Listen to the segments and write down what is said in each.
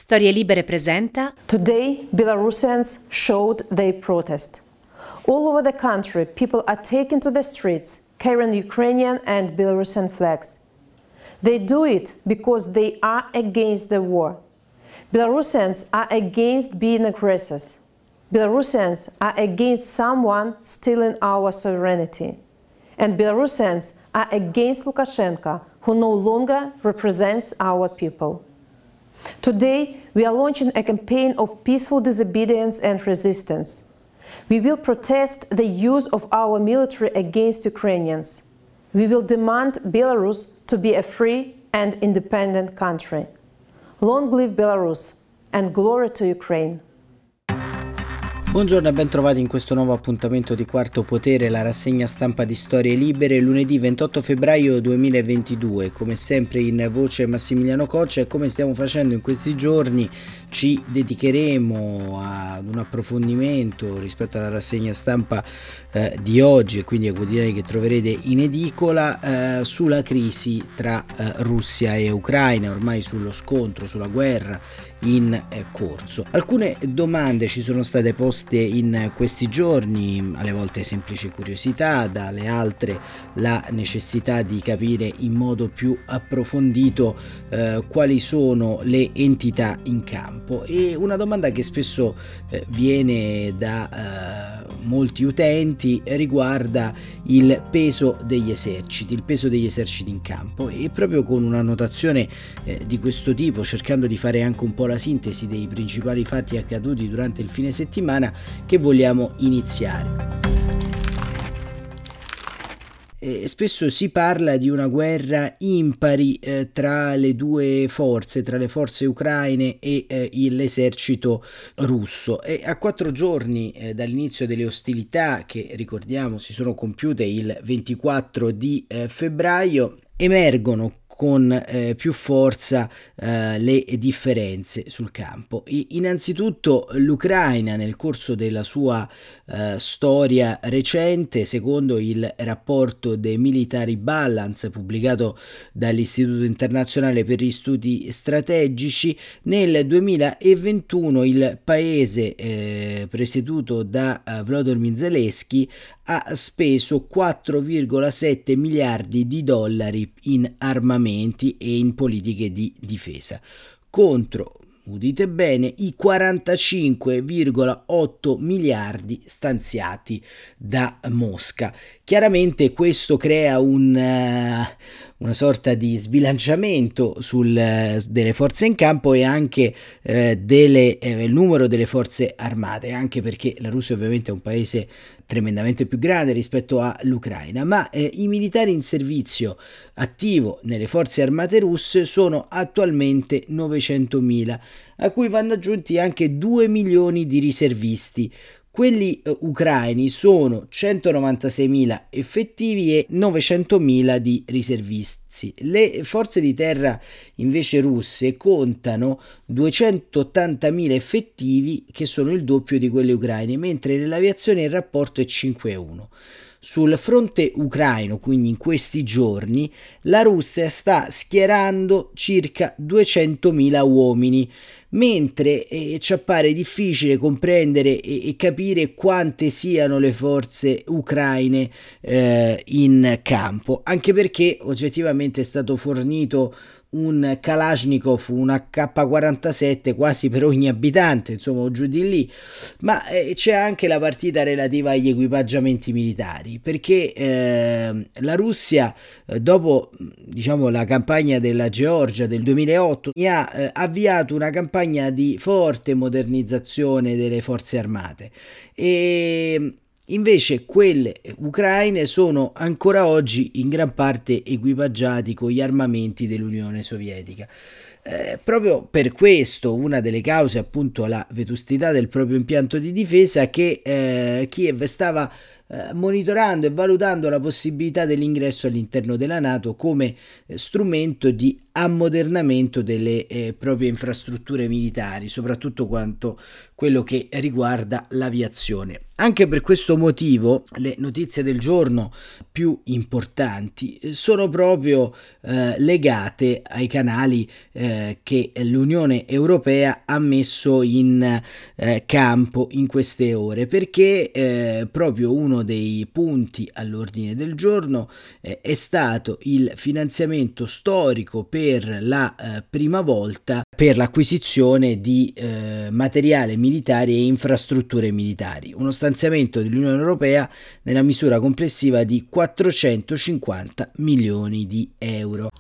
Storie Libere presenta. Today, Belarusians showed their protest. All over the country, people are taken to the streets, carrying Ukrainian and Belarusian flags. They do it because they are against the war. Belarusians are against being aggressors. Belarusians are against someone stealing our sovereignty. And Belarusians are against Lukashenko, who no longer represents our people. Today, we are launching a campaign of peaceful disobedience and resistance. We will protest the use of our military against Ukrainians. We will demand Belarus to be a free and independent country. Long live Belarus and glory to Ukraine. Buongiorno e ben trovati in questo nuovo appuntamento di Quarto Potere, la rassegna stampa di Storie Libere, lunedì 28 febbraio 2022. Come sempre in voce Massimiliano Coccia, e come stiamo facendo in questi giorni ci dedicheremo ad un approfondimento rispetto alla rassegna stampa di oggi, e quindi ai quotidiani che troverete in edicola, sulla crisi tra Russia e Ucraina, ormai sullo scontro, sulla guerra in corso. Alcune domande ci sono state poste in questi giorni, alle volte semplice curiosità, dalle altre la necessità di capire in modo più approfondito quali sono le entità in campo, e una domanda che spesso viene da molti utenti riguarda il peso degli eserciti in campo, e proprio con una notazione di questo tipo, cercando di fare anche un po' la sintesi dei principali fatti accaduti durante il fine settimana, che vogliamo iniziare. Spesso si parla di una guerra impari tra le due forze, tra le forze ucraine e l'esercito russo, e a 4 giorni dall'inizio delle ostilità, che ricordiamo si sono compiute il 24 di febbraio, emergono con più forza le differenze sul campo. Innanzitutto l'Ucraina, nel corso della sua storia recente, secondo il rapporto The Military Balance pubblicato dall'Istituto Internazionale per gli Studi Strategici, nel 2021 il paese presieduto da Volodymyr Zelensky ha speso 4,7 miliardi di dollari in armamenti e in politiche di difesa, contro, udite bene, i 45,8 miliardi stanziati da Mosca. Chiaramente questo crea una sorta di sbilanciamento delle forze in campo, e anche il numero delle forze armate, anche perché la Russia ovviamente è un paese tremendamente più grande rispetto all'Ucraina, ma i militari in servizio attivo nelle forze armate russe sono attualmente 900.000, a cui vanno aggiunti anche 2 milioni di riservisti. Quelli ucraini sono 196.000 effettivi e 900.000 di riservisti. Le forze di terra invece russe contano 280.000 effettivi, che sono il doppio di quelli ucraini, mentre nell'aviazione il rapporto è 5-1. Sul fronte ucraino, quindi in questi giorni, la Russia sta schierando circa 200.000 uomini, mentre ci appare difficile comprendere e capire quante siano le forze ucraine in campo, anche perché oggettivamente è stato fornito un Kalashnikov, un AK-47 quasi per ogni abitante, insomma, o giù di lì, ma c'è anche la partita relativa agli equipaggiamenti militari, perché la Russia, dopo la campagna della Georgia del 2008, ha avviato una campagna di forte modernizzazione delle forze armate, e invece quelle ucraine sono ancora oggi in gran parte equipaggiati con gli armamenti dell'Unione Sovietica. Proprio per questo, una delle cause appunto la vetustà del proprio impianto di difesa, che Kiev stava monitorando e valutando la possibilità dell'ingresso all'interno della NATO come strumento di ammodernamento delle proprie infrastrutture militari, soprattutto quanto quello che riguarda l'aviazione. Anche per questo motivo le notizie del giorno più importanti sono proprio legate ai canali che l'Unione Europea ha messo in campo in queste ore, perché proprio uno dei punti all'ordine del giorno è stato il finanziamento storico per la prima volta per l'acquisizione di materiale militare e infrastrutture militari, uno stanziamento dell'Unione Europea nella misura complessiva di 450 milioni di euro.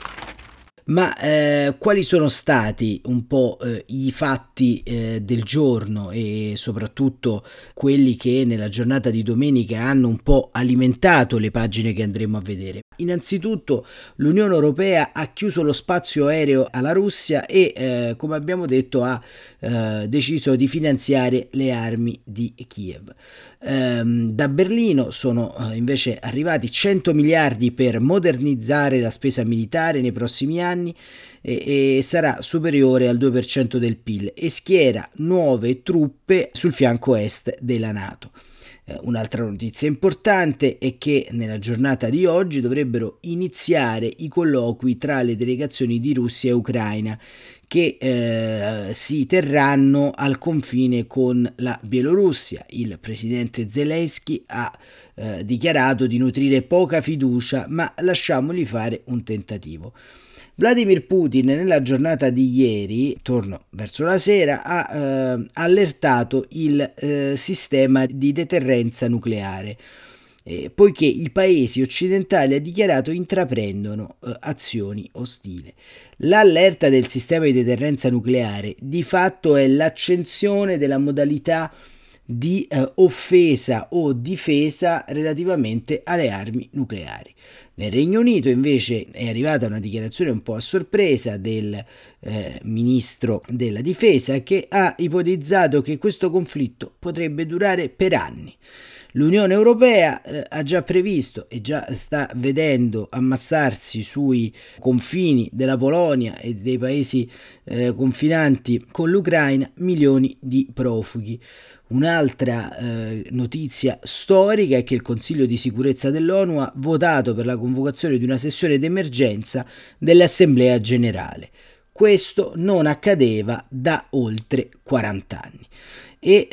Ma quali sono stati un po' i fatti del giorno e soprattutto quelli che nella giornata di domenica hanno un po' alimentato le pagine che andremo a vedere? Innanzitutto l'Unione Europea ha chiuso lo spazio aereo alla Russia e come abbiamo detto ha deciso di finanziare le armi di Kiev. Da Berlino sono invece arrivati 100 miliardi per modernizzare la spesa militare nei prossimi anni e sarà superiore al 2% del PIL e schiera nuove truppe sul fianco est della NATO. Un'altra notizia importante è che nella giornata di oggi dovrebbero iniziare i colloqui tra le delegazioni di Russia e Ucraina che si terranno al confine con la Bielorussia. Il presidente Zelensky ha dichiarato di nutrire poca fiducia, ma lasciamogli fare un tentativo. Vladimir Putin nella giornata di ieri, torno verso la sera, ha allertato il sistema di deterrenza nucleare, poiché i paesi occidentali, ha dichiarato, intraprendono azioni ostili. L'allerta del sistema di deterrenza nucleare di fatto è l'accensione della modalità di offesa o difesa relativamente alle armi nucleari. Nel Regno Unito invece è arrivata una dichiarazione un po' a sorpresa del ministro della difesa, che ha ipotizzato che questo conflitto potrebbe durare per anni. L'Unione Europea ha già previsto e già sta vedendo ammassarsi sui confini della Polonia e dei paesi confinanti con l'Ucraina milioni di profughi. Un'altra notizia storica è che il Consiglio di sicurezza dell'ONU ha votato per la convocazione di una sessione d'emergenza dell'Assemblea generale. Questo non accadeva da oltre 40 anni. E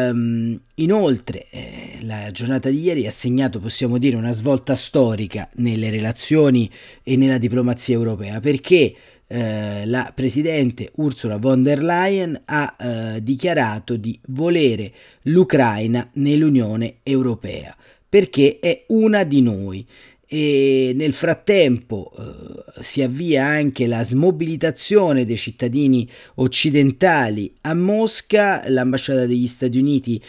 inoltre la giornata di ieri ha segnato, possiamo dire, una svolta storica nelle relazioni e nella diplomazia europea, perché la presidente Ursula von der Leyen ha dichiarato di volere l'Ucraina nell'Unione Europea perché è una di noi. E nel frattempo si avvia anche la smobilitazione dei cittadini occidentali a Mosca. L'ambasciata degli Stati Uniti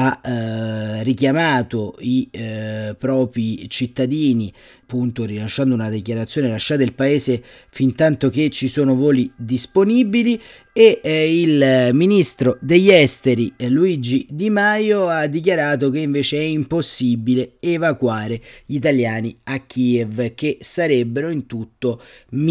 ha richiamato i propri cittadini, appunto rilasciando una dichiarazione: lasciate il paese fin tanto che ci sono voli disponibili. E il ministro degli esteri Luigi Di Maio ha dichiarato che invece è impossibile evacuare gli italiani a Kiev, che sarebbero in tutto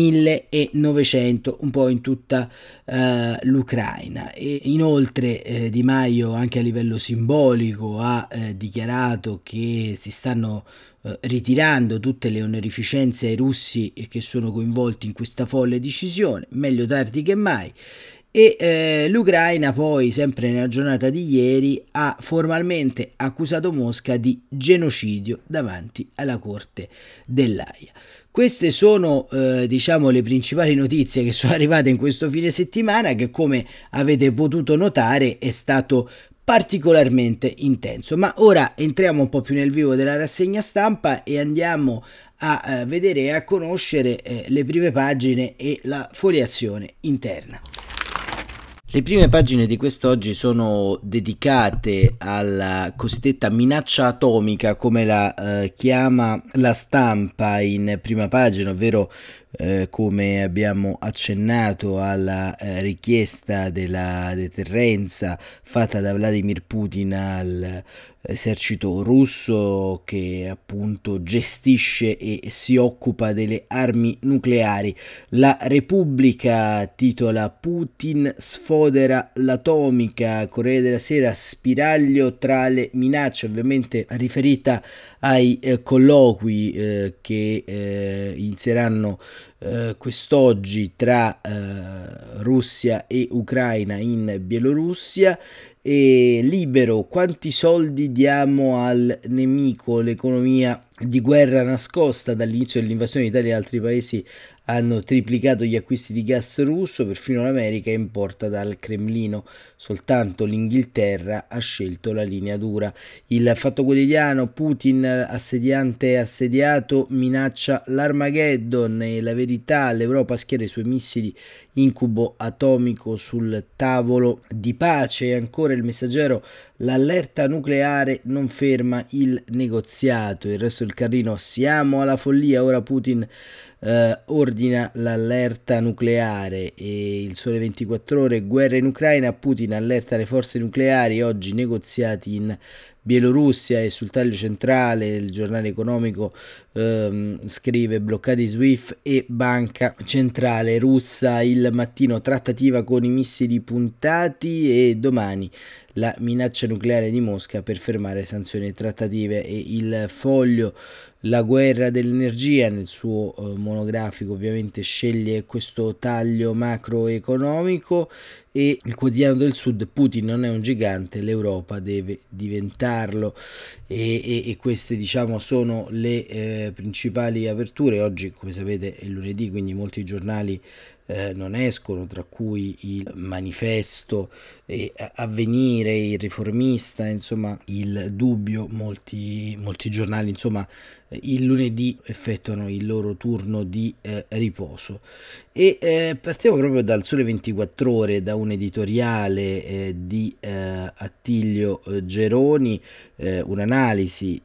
1900, un po' in tutta l'Ucraina. E inoltre Di Maio, anche a livello simbolico, ha dichiarato che si stanno ritirando tutte le onorificenze ai russi che sono coinvolti in questa folle decisione, meglio tardi che mai. E l'Ucraina poi, sempre nella giornata di ieri, ha formalmente accusato Mosca di genocidio davanti alla Corte dell'Aia. Queste sono diciamo le principali notizie che sono arrivate in questo fine settimana, che come avete potuto notare è stato particolarmente intenso. Ma ora entriamo un po' più nel vivo della rassegna stampa e andiamo a vedere e a conoscere le prime pagine e la foliazione interna. Le prime pagine di quest'oggi sono dedicate alla cosiddetta minaccia atomica, come la chiama la stampa in prima pagina, ovvero come abbiamo accennato alla richiesta della deterrenza fatta da Vladimir Putin all'esercito russo, che appunto gestisce e si occupa delle armi nucleari. La Repubblica titola: Putin sfodera l'atomica, Corriere della Sera: spiraglio tra le minacce, ovviamente riferita ai colloqui che inizieranno quest'oggi tra Russia e Ucraina in Bielorussia. E Libero: quanti soldi diamo al nemico? L'economia di guerra nascosta. Dall'inizio dell'invasione d'Italia e altri paesi hanno triplicato gli acquisti di gas russo, perfino l'America importa dal Cremlino, soltanto l'Inghilterra ha scelto la linea dura. Il Fatto Quotidiano: Putin assediato minaccia l'Armageddon. E La Verità: l'Europa schiera i suoi missili incubo atomico sul tavolo di pace. E ancora Il Messaggero: l'allerta nucleare non ferma il negoziato. Il Resto del Carlino: siamo alla follia, ora Putin ordina l'allerta nucleare. E Il Sole 24 Ore: guerra in Ucraina, Putin allerta le forze nucleari, oggi negoziati in Bielorussia. E sul taglio centrale il giornale economico scrive: bloccati SWIFT e banca centrale russa. Il Mattino: trattativa con i missili puntati. E Domani: la minaccia nucleare di Mosca per fermare sanzioni e trattative. E Il Foglio: la guerra dell'energia, nel suo monografico ovviamente sceglie questo taglio macroeconomico. E Il Quotidiano del Sud: Putin non è un gigante, l'Europa deve diventarlo. E queste, diciamo, sono le principali aperture. Oggi, come sapete, è lunedì, quindi molti giornali non escono, tra cui il Manifesto, Avvenire, il Riformista, insomma Il Dubbio. Molti giornali, insomma, il lunedì effettuano il loro turno di riposo. E partiamo proprio dal Sole 24 Ore, da un editoriale di Attilio Geroni, un'analisi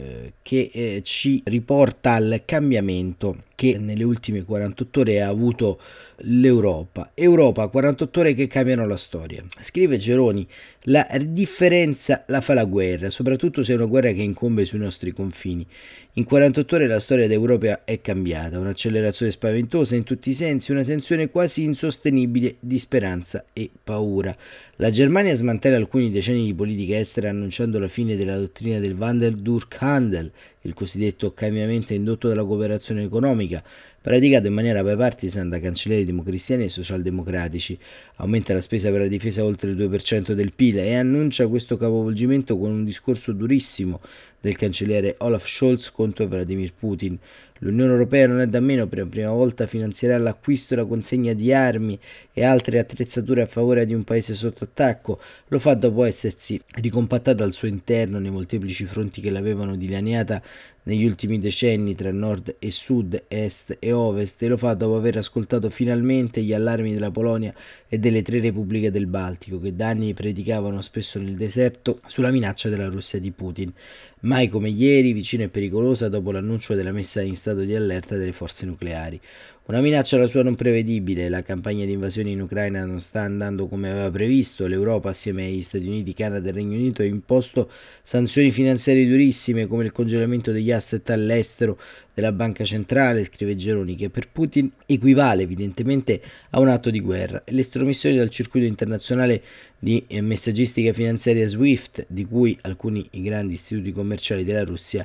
che ci riporta al cambiamento che nelle ultime 48 ore ha avuto l'Europa. Europa, 48 ore che cambiano la storia. Scrive Geroni: la differenza la fa la guerra, soprattutto se è una guerra che incombe sui nostri confini. In 48 ore la storia d'Europa è cambiata, un'accelerazione spaventosa in tutti i sensi, una tensione quasi insostenibile di speranza e paura. La Germania smantella alcuni decenni di politica estera annunciando la fine della dottrina del Wandel durch Handel, il cosiddetto cambiamento indotto dalla cooperazione economica, praticato in maniera bipartisan da cancellieri democristiani e socialdemocratici. Aumenta la spesa per la difesa oltre il 2% del PIL e annuncia questo capovolgimento con un discorso durissimo del cancelliere Olaf Scholz contro Vladimir Putin. L'Unione Europea non è da meno, per la prima volta finanzierà l'acquisto e la consegna di armi e altre attrezzature a favore di un paese sotto attacco. Lo fa dopo essersi ricompattata al suo interno nei molteplici fronti che l'avevano dilaniata negli ultimi decenni tra nord e sud, est e ovest, e lo fa dopo aver ascoltato finalmente gli allarmi della Polonia e delle 3 repubbliche del Baltico, che da anni predicavano spesso nel deserto sulla minaccia della Russia di Putin. Mai come ieri, vicina e pericolosa dopo l'annuncio della messa in stato di allerta delle forze nucleari. Una minaccia la sua non prevedibile, la campagna di invasione in Ucraina non sta andando come aveva previsto, l'Europa assieme agli Stati Uniti, Canada e Regno Unito ha imposto sanzioni finanziarie durissime come il congelamento degli asset all'estero della banca centrale, scrive Geroni, che per Putin equivale evidentemente a un atto di guerra, e l'estromissione dal circuito internazionale di messaggistica finanziaria SWIFT, di cui alcuni grandi istituti commerciali della Russia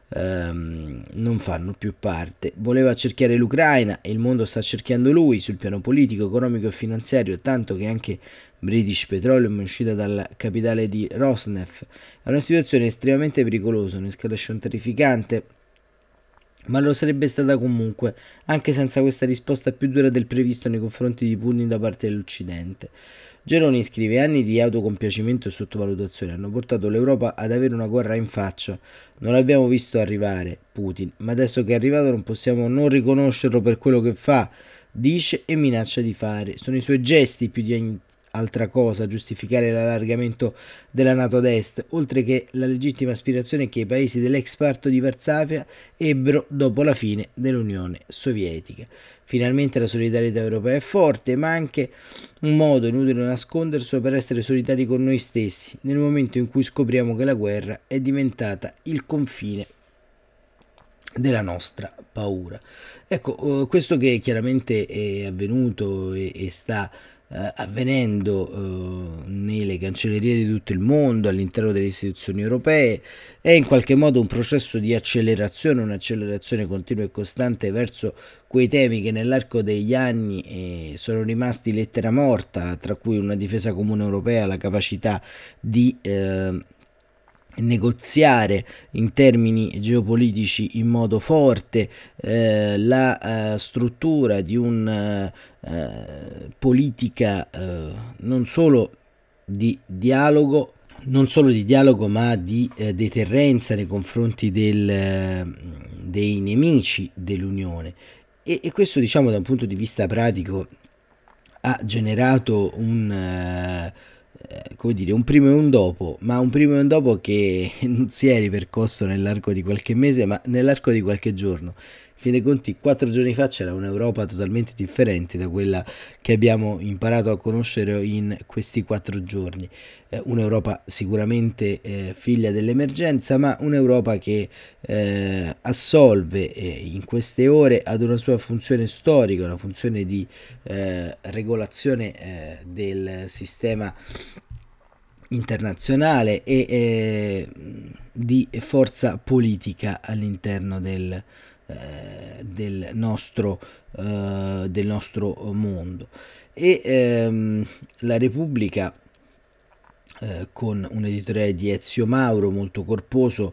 non fanno più parte. Voleva accerchiare l'Ucraina e il mondo sta cerchiando lui sul piano politico, economico e finanziario, tanto che anche British Petroleum è uscita dal capitale di Rosneft. È una situazione estremamente pericolosa, un'escalation terrificante, ma lo sarebbe stata comunque, anche senza questa risposta più dura del previsto nei confronti di Putin da parte dell'Occidente. Geroni scrive: anni di autocompiacimento e sottovalutazione hanno portato l'Europa ad avere una guerra in faccia. Non l'abbiamo visto arrivare, Putin, ma adesso che è arrivato non possiamo non riconoscerlo per quello che fa, dice e minaccia di fare. Sono i suoi gesti più di altra cosa a giustificare l'allargamento della NATO ad est, oltre che la legittima aspirazione che i paesi dell'ex patto di Varsavia ebbero dopo la fine dell'Unione Sovietica. Finalmente la solidarietà europea è forte, ma anche un modo, inutile nasconderselo, per essere solidari con noi stessi, nel momento in cui scopriamo che la guerra è diventata il confine della nostra paura. Ecco, questo che chiaramente è avvenuto e sta avvenendo nelle cancellerie di tutto il mondo, all'interno delle istituzioni europee, è in qualche modo un processo di accelerazione, un'accelerazione continua e costante verso quei temi che nell'arco degli anni sono rimasti lettera morta, tra cui una difesa comune europea, la capacità di negoziare in termini geopolitici in modo forte, la struttura di una politica non solo di dialogo, ma di deterrenza nei confronti dei nemici dell'Unione. E questo, diciamo, da un punto di vista pratico ha generato come dire, un prima e un dopo, ma un prima e un dopo che non si è ripercosso nell'arco di qualche mese, ma nell'arco di qualche giorno. In fin dei conti, 4 giorni fa c'era un'Europa totalmente differente da quella che abbiamo imparato a conoscere in questi 4 giorni. Un'Europa sicuramente figlia dell'emergenza, ma un'Europa che assolve in queste ore ad una sua funzione storica, una funzione di regolazione del sistema internazionale e di forza politica all'interno del nostro mondo. E la Repubblica, con un editoriale di Ezio Mauro molto corposo,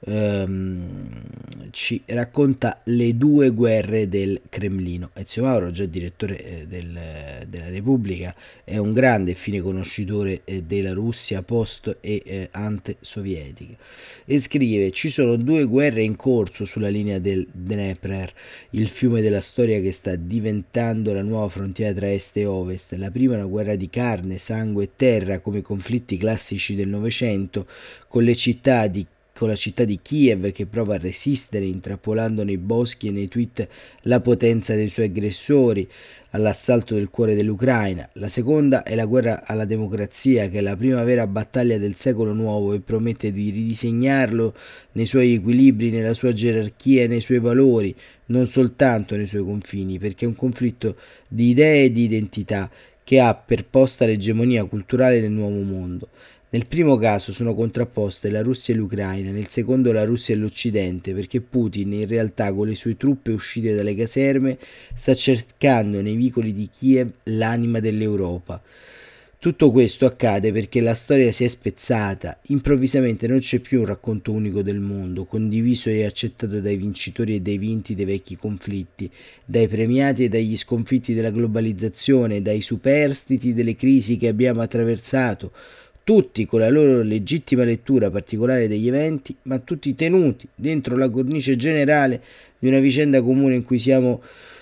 ci racconta le 2 guerre del Cremlino. Ezio Mauro, già direttore della Repubblica, è un grande e fine conoscitore della Russia post e ante sovietica, e scrive: ci sono 2 guerre in corso sulla linea del Dnepr, il fiume della storia che sta diventando la nuova frontiera tra est e ovest. La prima è una guerra di carne, sangue e terra, come i conflitti classici del Novecento, con la città di Kiev che prova a resistere intrappolando nei boschi e nei tweet la potenza dei suoi aggressori all'assalto del cuore dell'Ucraina. La seconda è la guerra alla democrazia, che è la prima vera battaglia del secolo nuovo e promette di ridisegnarlo nei suoi equilibri, nella sua gerarchia e nei suoi valori, non soltanto nei suoi confini, perché è un conflitto di idee e di identità che ha per posta l'egemonia culturale del nuovo mondo. Nel primo caso sono contrapposte la Russia e l'Ucraina, nel secondo la Russia e l'Occidente, perché Putin in realtà con le sue truppe uscite dalle caserme sta cercando nei vicoli di Kiev l'anima dell'Europa. Tutto questo accade perché la storia si è spezzata, improvvisamente non c'è più un racconto unico del mondo, condiviso e accettato dai vincitori e dai vinti dei vecchi conflitti, dai premiati e dagli sconfitti della globalizzazione, dai superstiti delle crisi che abbiamo attraversato, tutti con la loro legittima lettura particolare degli eventi, ma tutti tenuti dentro la cornice generale di una vicenda comune in cui siamo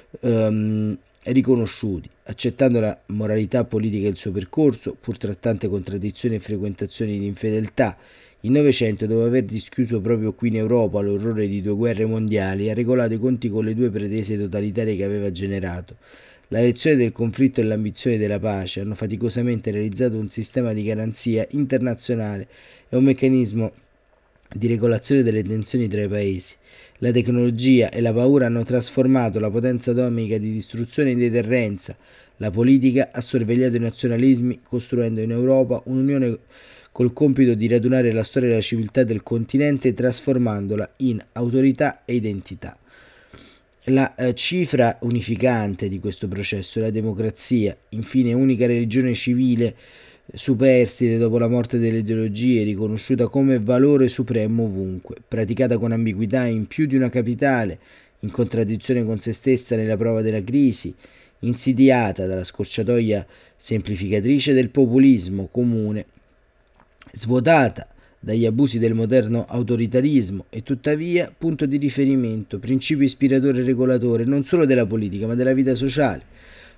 riconosciuti, accettando la moralità politica e il suo percorso, pur tra tante contraddizioni e frequentazioni di infedeltà. Il Novecento, dopo aver dischiuso proprio qui in Europa l'orrore di 2 guerre mondiali, ha regolato i conti con le 2 pretese totalitarie che aveva generato. La lezione del conflitto e l'ambizione della pace hanno faticosamente realizzato un sistema di garanzia internazionale e un meccanismo di regolazione delle tensioni tra i paesi. La tecnologia e la paura hanno trasformato la potenza atomica di distruzione in deterrenza. La politica ha sorvegliato i nazionalismi, costruendo in Europa un'unione col compito di radunare la storia e la civiltà del continente, trasformandola in autorità e identità. La cifra unificante di questo processo è la democrazia, infine unica religione civile superstite dopo la morte delle ideologie, riconosciuta come valore supremo ovunque, praticata con ambiguità in più di una capitale, in contraddizione con se stessa nella prova della crisi, insidiata dalla scorciatoia semplificatrice del populismo comune, svuotata dagli abusi del moderno autoritarismo e tuttavia punto di riferimento, principio ispiratore e regolatore non solo della politica ma della vita sociale,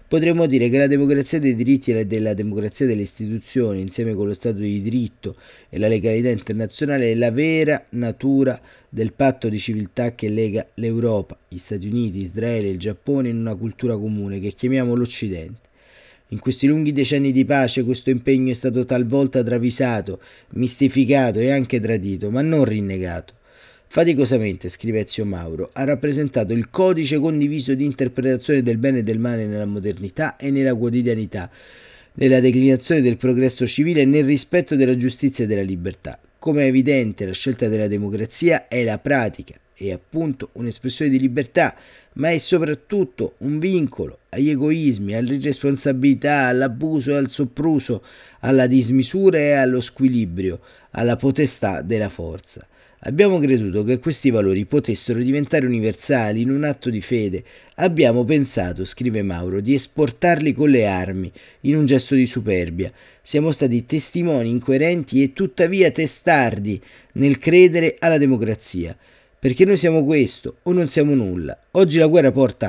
potremmo dire che la democrazia dei diritti e della democrazia delle istituzioni, insieme con lo Stato di diritto e la legalità internazionale, è la vera natura del patto di civiltà che lega l'Europa, gli Stati Uniti, Israele e il Giappone in una cultura comune che chiamiamo l'Occidente. In questi lunghi decenni di pace questo impegno è stato talvolta travisato, mistificato e anche tradito, ma non rinnegato. Faticosamente, scrive Ezio Mauro, ha rappresentato il codice condiviso di interpretazione del bene e del male nella modernità e nella quotidianità, nella declinazione del progresso civile e nel rispetto della giustizia e della libertà. Come è evidente, la scelta della democrazia è la pratica, è appunto un'espressione di libertà, ma è soprattutto un vincolo agli egoismi, all'irresponsabilità, all'abuso e al sopruso, alla dismisura e allo squilibrio, alla potestà della forza. Abbiamo creduto che questi valori potessero diventare universali in un atto di fede. Abbiamo pensato, scrive Mauro, di esportarli con le armi, in un gesto di superbia. Siamo stati testimoni incoerenti e tuttavia testardi nel credere alla democrazia. Perché noi siamo questo o non siamo nulla. Oggi la guerra porta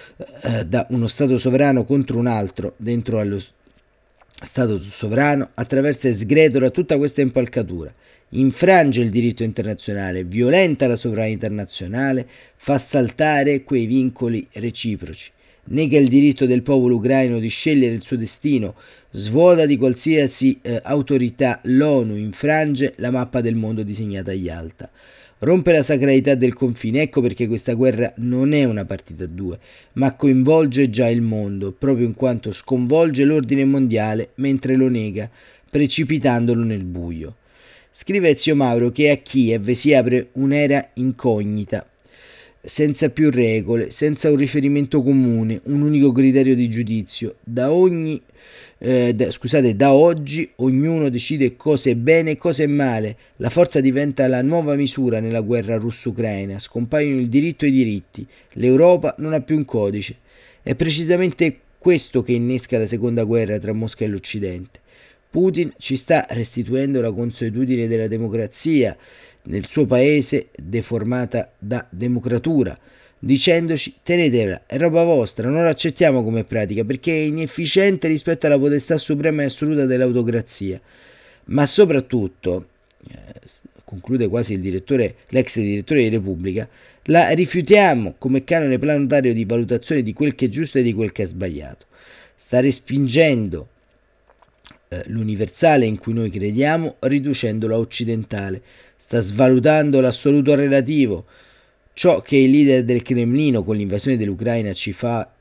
da uno Stato sovrano contro un altro dentro allo Stato sovrano, attraversa e sgretola tutta questa impalcatura, infrange il diritto internazionale, violenta la sovranità nazionale, fa saltare quei vincoli reciproci, nega il diritto del popolo ucraino di scegliere il suo destino, svuota di qualsiasi autorità l'ONU, infrange la mappa del mondo disegnata a Yalta. Rompe la sacralità del confine, ecco perché questa guerra non è una partita a due, ma coinvolge già il mondo, proprio in quanto sconvolge l'ordine mondiale mentre lo nega, precipitandolo nel buio. Scrive Ezio Mauro che a Kiev si apre un'era incognita, senza più regole, senza un riferimento comune, un unico criterio di giudizio. Da oggi ognuno decide cosa è bene e cosa è male. La forza diventa la nuova misura nella guerra russo-ucraina. Scompaiono il diritto e i diritti. L'Europa non ha più un codice. È precisamente questo che innesca la seconda guerra tra Mosca e l'Occidente. Putin ci sta restituendo la consuetudine della democrazia nel suo paese deformata da democratura, dicendoci tenetela, è roba vostra, non l'accettiamo come pratica perché è inefficiente rispetto alla potestà suprema e assoluta dell'autocrazia. Ma soprattutto, conclude quasi l'ex direttore di Repubblica, la rifiutiamo come canone planetario di valutazione di quel che è giusto e di quel che è sbagliato. Sta respingendo l'universale in cui noi crediamo, riducendolo a occidentale. Sta svalutando l'assoluto relativo. Ciò che il leader del Cremlino con l'invasione dell'Ucraina ci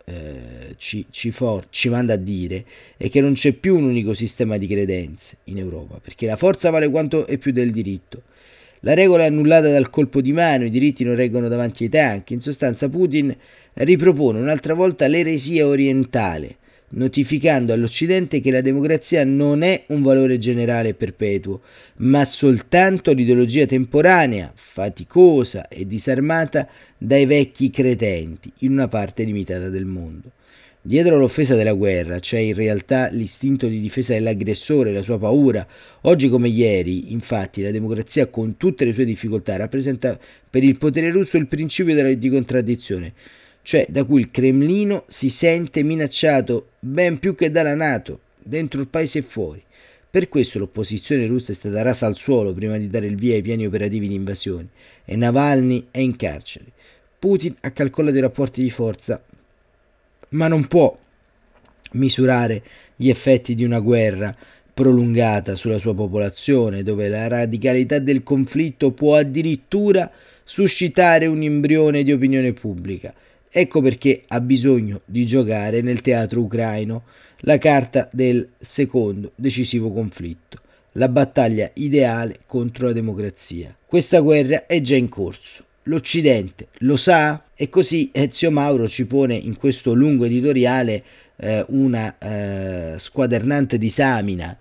manda a dire è che non c'è più un unico sistema di credenze in Europa, perché la forza vale quanto e più del diritto. La regola è annullata dal colpo di mano, i diritti non reggono davanti ai tanchi. In sostanza Putin ripropone un'altra volta l'eresia orientale, notificando all'Occidente che la democrazia non è un valore generale e perpetuo, ma soltanto l'ideologia temporanea, faticosa e disarmata dai vecchi credenti in una parte limitata del mondo. Dietro l'offesa della guerra c'è in realtà l'istinto di difesa dell'aggressore, la sua paura. Oggi come ieri, infatti, la democrazia con tutte le sue difficoltà rappresenta per il potere russo il principio di contraddizione, cioè da cui il Cremlino si sente minacciato ben più che dalla NATO, dentro il paese e fuori. Per questo l'opposizione russa è stata rasa al suolo prima di dare il via ai piani operativi di invasione e Navalny è in carcere. Putin ha calcolato i rapporti di forza, ma non può misurare gli effetti di una guerra prolungata sulla sua popolazione, dove la radicalità del conflitto può addirittura suscitare un embrione di opinione pubblica. Ecco perché ha bisogno di giocare nel teatro ucraino la carta del secondo decisivo conflitto, la battaglia ideale contro la democrazia. Questa guerra è già in corso. L'Occidente lo sa? E così Ezio Mauro ci pone in questo lungo editoriale una squadernante disamina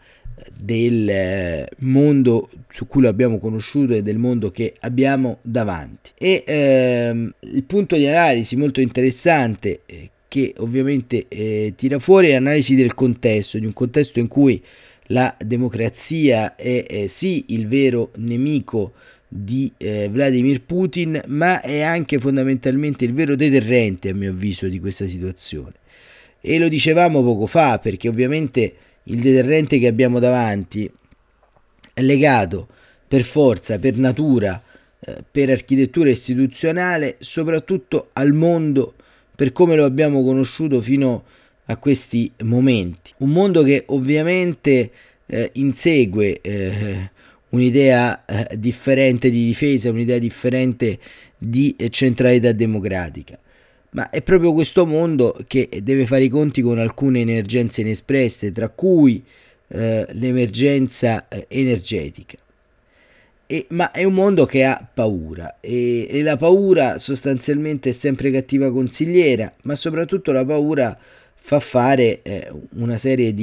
del mondo su cui lo abbiamo conosciuto e del mondo che abbiamo davanti. E il punto di analisi molto interessante che ovviamente tira fuori è l'analisi del contesto, di un contesto in cui la democrazia è sì il vero nemico di Vladimir Putin, ma è anche fondamentalmente il vero deterrente, a mio avviso, di questa situazione. E lo dicevamo poco fa, perché ovviamente il deterrente che abbiamo davanti è legato per forza, per natura, per architettura istituzionale, soprattutto al mondo per come lo abbiamo conosciuto fino a questi momenti. Un mondo che ovviamente insegue un'idea differente di difesa, un'idea differente di centralità democratica. Ma è proprio questo mondo che deve fare i conti con alcune emergenze inespresse, tra cui l'emergenza energetica. Ma è un mondo che ha paura e la paura sostanzialmente è sempre cattiva consigliera, ma soprattutto la paura fa fare una serie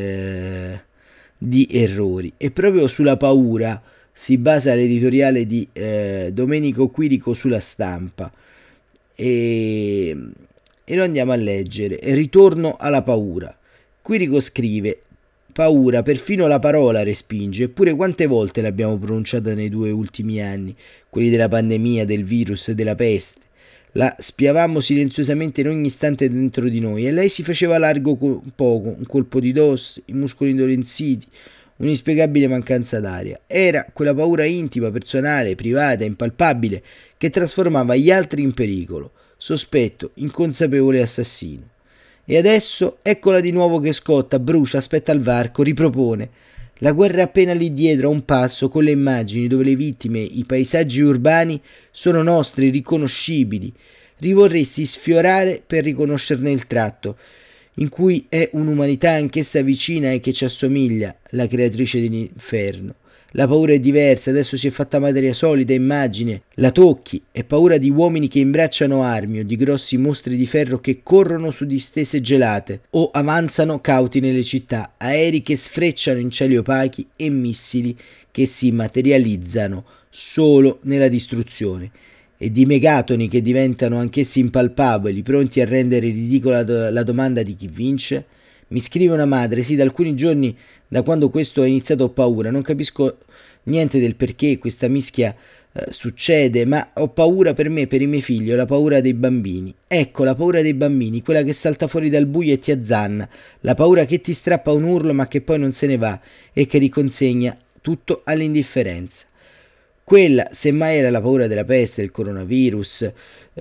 di errori, e proprio sulla paura si basa l'editoriale di Domenico Quirico sulla Stampa, e lo andiamo a leggere. Ritorno alla paura. Quirico scrive: paura, perfino la parola respinge, eppure quante volte l'abbiamo pronunciata nei 2 ultimi anni, quelli della pandemia, del virus, della peste. La spiavamo silenziosamente in ogni istante dentro di noi, e lei si faceva largo poco, un colpo di tosse, i muscoli indolenziti, un'inspiegabile mancanza d'aria. Era quella paura intima, personale, privata, impalpabile, che trasformava gli altri in pericolo, sospetto, inconsapevole assassino. E adesso eccola di nuovo che scotta, brucia, aspetta al varco, ripropone. La guerra è appena lì dietro, a un passo, con le immagini dove le vittime, i paesaggi urbani sono nostri, riconoscibili. Rivorresti sfiorare per riconoscerne il tratto, in cui è un'umanità anch'essa vicina e che ci assomiglia, la creatrice dell'inferno. La paura è diversa, adesso si è fatta materia solida, immagine, la tocchi, è paura di uomini che imbracciano armi o di grossi mostri di ferro che corrono su distese gelate o avanzano cauti nelle città, aerei che sfrecciano in cieli opachi e missili che si materializzano solo nella distruzione, e di megatoni che diventano anch'essi impalpabili, pronti a rendere ridicola la domanda di chi vince. Mi scrive una madre: sì, da alcuni giorni, da quando questo ho iniziato, ho paura, non capisco niente del perché questa mischia succede, ma ho paura per me, per i miei figli, ho la paura dei bambini. Ecco, la paura dei bambini, quella che salta fuori dal buio e ti azzanna, la paura che ti strappa un urlo ma che poi non se ne va e che riconsegna tutto all'indifferenza. Quella semmai era la paura della peste, del coronavirus,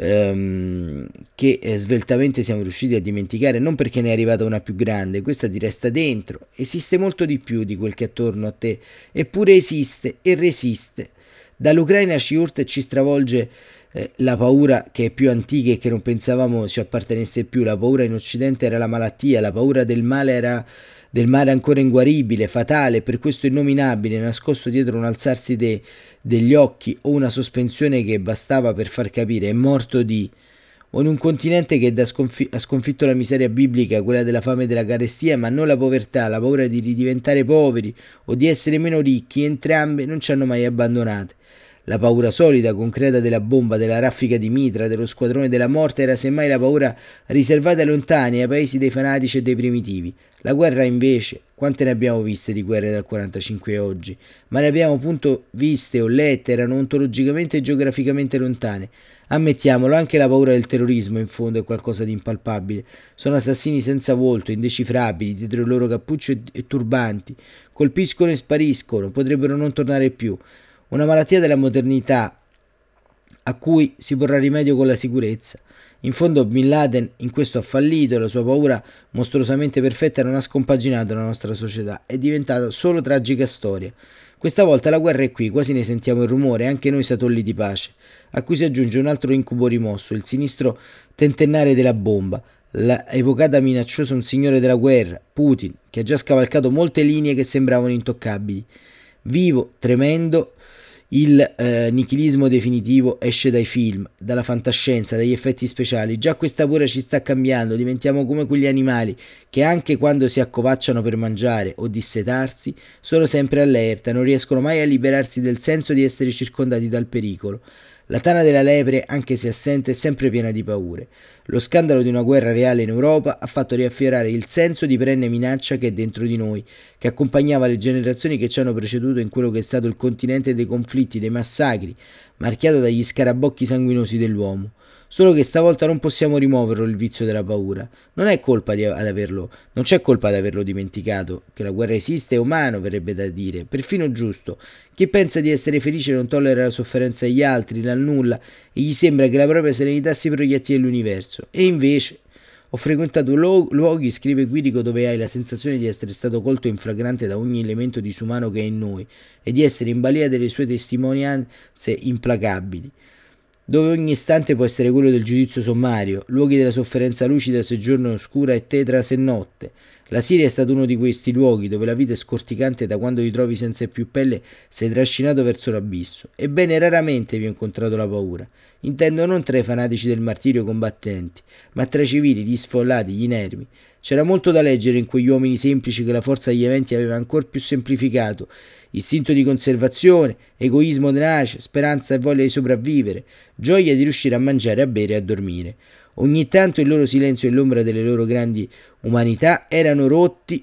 che sveltamente siamo riusciti a dimenticare, non perché ne è arrivata una più grande, questa ti resta dentro, esiste molto di più di quel che è attorno a te, eppure esiste e resiste. Dall'Ucraina ci urta e ci stravolge la paura che è più antica e che non pensavamo ci appartenesse più. La paura in Occidente era la malattia, la paura del male era del male ancora inguaribile, fatale, per questo innominabile, nascosto dietro un alzarsi degli occhi o una sospensione che bastava per far capire: è morto di... O in un continente che ha sconfitto la miseria biblica, quella della fame e della carestia, ma non la povertà, la paura di ridiventare poveri o di essere meno ricchi, entrambe non ci hanno mai abbandonate. La paura solida, concreta della bomba, della raffica di mitra, dello squadrone della morte era semmai la paura riservata ai lontani, ai paesi dei fanatici e dei primitivi. La guerra invece, quante ne abbiamo viste di guerre dal 45 a oggi, ma ne abbiamo appunto viste o lette, erano ontologicamente e geograficamente lontane. Ammettiamolo, anche la paura del terrorismo in fondo è qualcosa di impalpabile. Sono assassini senza volto, indecifrabili, dietro il loro cappuccio e turbanti. Colpiscono e spariscono, potrebbero non tornare più. Una malattia della modernità a cui si porrà rimedio con la sicurezza. In fondo Bin Laden in questo ha fallito e la sua paura mostruosamente perfetta non ha scompaginato la nostra società, è diventata solo tragica storia. Questa volta la guerra è qui, quasi ne sentiamo il rumore, anche noi satolli di pace, a cui si aggiunge un altro incubo rimosso, il sinistro tentennare della bomba, la evocata minacciosa un signore della guerra, Putin, che ha già scavalcato molte linee che sembravano intoccabili. Vivo, tremendo, il nichilismo definitivo esce dai film, dalla fantascienza, dagli effetti speciali. Già questa paura ci sta cambiando, diventiamo come quegli animali che anche quando si accovacciano per mangiare o dissetarsi sono sempre allerta, non riescono mai a liberarsi del senso di essere circondati dal pericolo. La tana della lepre, anche se assente, è sempre piena di paure. Lo scandalo di una guerra reale in Europa ha fatto riaffiorare il senso di perenne minaccia che è dentro di noi, che accompagnava le generazioni che ci hanno preceduto in quello che è stato il continente dei conflitti, dei massacri, marchiato dagli scarabocchi sanguinosi dell'uomo. solo che stavolta non possiamo rimuoverlo il vizio della paura. Non è colpa ad averlo, non c'è colpa ad averlo dimenticato. Che la guerra esiste è umano, verrebbe da dire, perfino giusto. Chi pensa di essere felice non tollera la sofferenza degli altri, dal nulla, e gli sembra che la propria serenità si proietti nell'universo. E invece... Ho frequentato luoghi, scrive Quirico, dove hai la sensazione di essere stato colto in flagrante da ogni elemento disumano che è in noi e di essere in balia delle sue testimonianze implacabili, dove ogni istante può essere quello del giudizio sommario, luoghi della sofferenza lucida se giorno oscura e tetra se notte. La Siria è stato uno di questi luoghi dove la vita è scorticante da quando ti trovi senza più pelle sei trascinato verso l'abisso. Ebbene, raramente vi ho incontrato la paura. Intendo non tra i fanatici del martirio combattenti, ma tra i civili, gli sfollati, gli inermi. C'era molto da leggere in quegli uomini semplici che la forza degli eventi aveva ancor più semplificato. Istinto di conservazione, egoismo tenace, speranza e voglia di sopravvivere, gioia di riuscire a mangiare, a bere e a dormire. Ogni tanto il loro silenzio e l'ombra delle loro grandi umanità erano rotti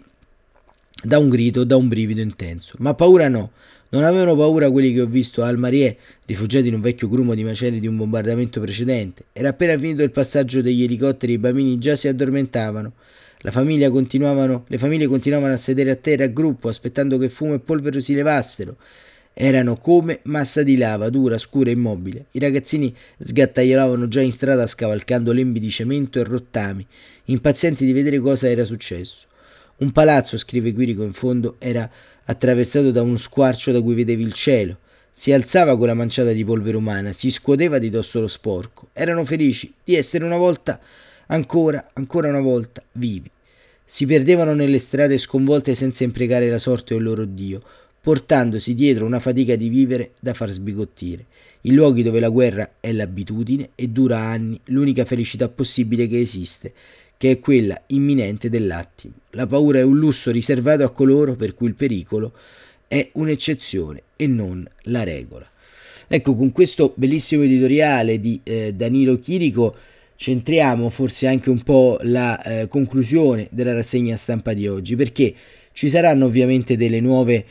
da un grido, da un brivido intenso. Ma paura no. Non avevano paura quelli che ho visto a Almarie, rifugiati in un vecchio grumo di macerie di un bombardamento precedente. Era appena finito il passaggio degli elicotteri e i bambini già si addormentavano. Le famiglie continuavano a sedere a terra a gruppo, aspettando che fumo e polvere si levassero. Erano come massa di lava, dura, scura e immobile. I ragazzini sgattaiolavano già in strada scavalcando lembi di cemento e rottami, impazienti di vedere cosa era successo. Un palazzo, scrive Quirico in fondo, era attraversato da uno squarcio da cui vedevi il cielo. Si alzava con la manciata di polvere umana, si scuoteva di dosso lo sporco. Erano felici di essere una volta, ancora una volta, vivi. Si perdevano nelle strade sconvolte senza imprecare la sorte o il loro Dio, portandosi dietro una fatica di vivere da far sbigottire. In luoghi dove la guerra è l'abitudine e dura anni, l'unica felicità possibile che esiste, che è quella imminente dell'attimo. La paura è un lusso riservato a coloro per cui il pericolo è un'eccezione e non la regola. Ecco, con questo bellissimo editoriale di Danilo Chirico centriamo forse anche un po' la conclusione della rassegna stampa di oggi, perché ci saranno ovviamente delle nuove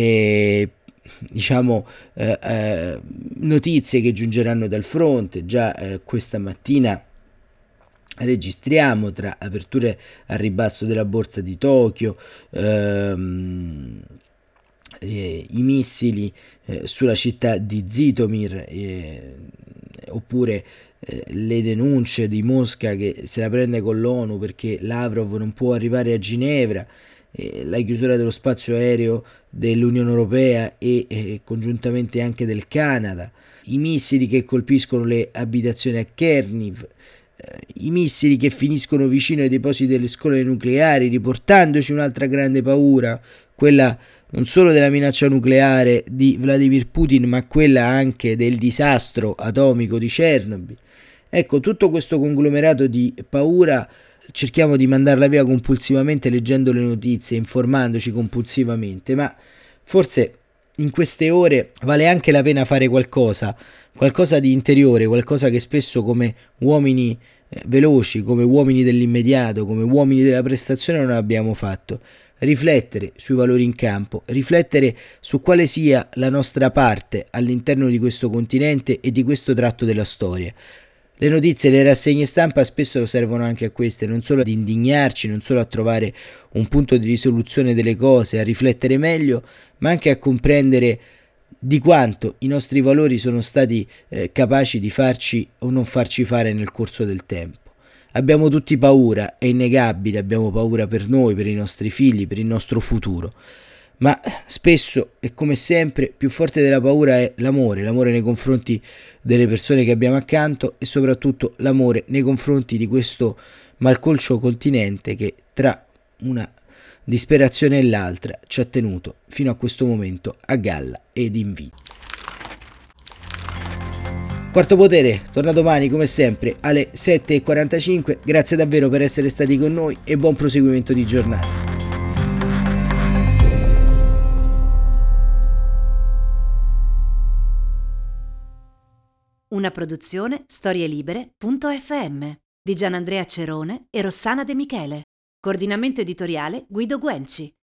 notizie che giungeranno dal fronte. Già questa mattina registriamo, tra aperture al ribasso della borsa di Tokyo, i missili sulla città di Zitomir, oppure le denunce di Mosca che se la prende con l'ONU perché Lavrov non può arrivare a Ginevra, la chiusura dello spazio aereo dell'Unione Europea e congiuntamente anche del Canada, i missili che colpiscono le abitazioni a Cherniv, i missili che finiscono vicino ai depositi delle scuole nucleari, riportandoci un'altra grande paura, quella non solo della minaccia nucleare di Vladimir Putin, ma quella anche del disastro atomico di Chernobyl. Ecco, tutto questo conglomerato di paura cerchiamo di mandarla via compulsivamente leggendo le notizie, informandoci compulsivamente, ma forse in queste ore vale anche la pena fare qualcosa di interiore, qualcosa che spesso come uomini veloci, come uomini dell'immediato, come uomini della prestazione non abbiamo fatto. Riflettere sui valori in campo, riflettere su quale sia la nostra parte all'interno di questo continente e di questo tratto della storia. Le notizie, le rassegne stampa spesso servono anche a queste, non solo ad indignarci, non solo a trovare un punto di risoluzione delle cose, a riflettere meglio, ma anche a comprendere di quanto i nostri valori sono stati capaci di farci o non farci fare nel corso del tempo. Abbiamo tutti paura, è innegabile, abbiamo paura per noi, per i nostri figli, per il nostro futuro. Ma spesso e come sempre più forte della paura è l'amore nei confronti delle persone che abbiamo accanto e soprattutto l'amore nei confronti di questo malcolcio continente che tra una disperazione e l'altra ci ha tenuto fino a questo momento a galla ed in vita. Quarto Potere torna domani come sempre alle 7:45. Grazie davvero per essere stati con noi e buon proseguimento di giornata. Una produzione storielibere.fm di Gianandrea Cerone e Rossana De Michele. Coordinamento editoriale Guido Guenci.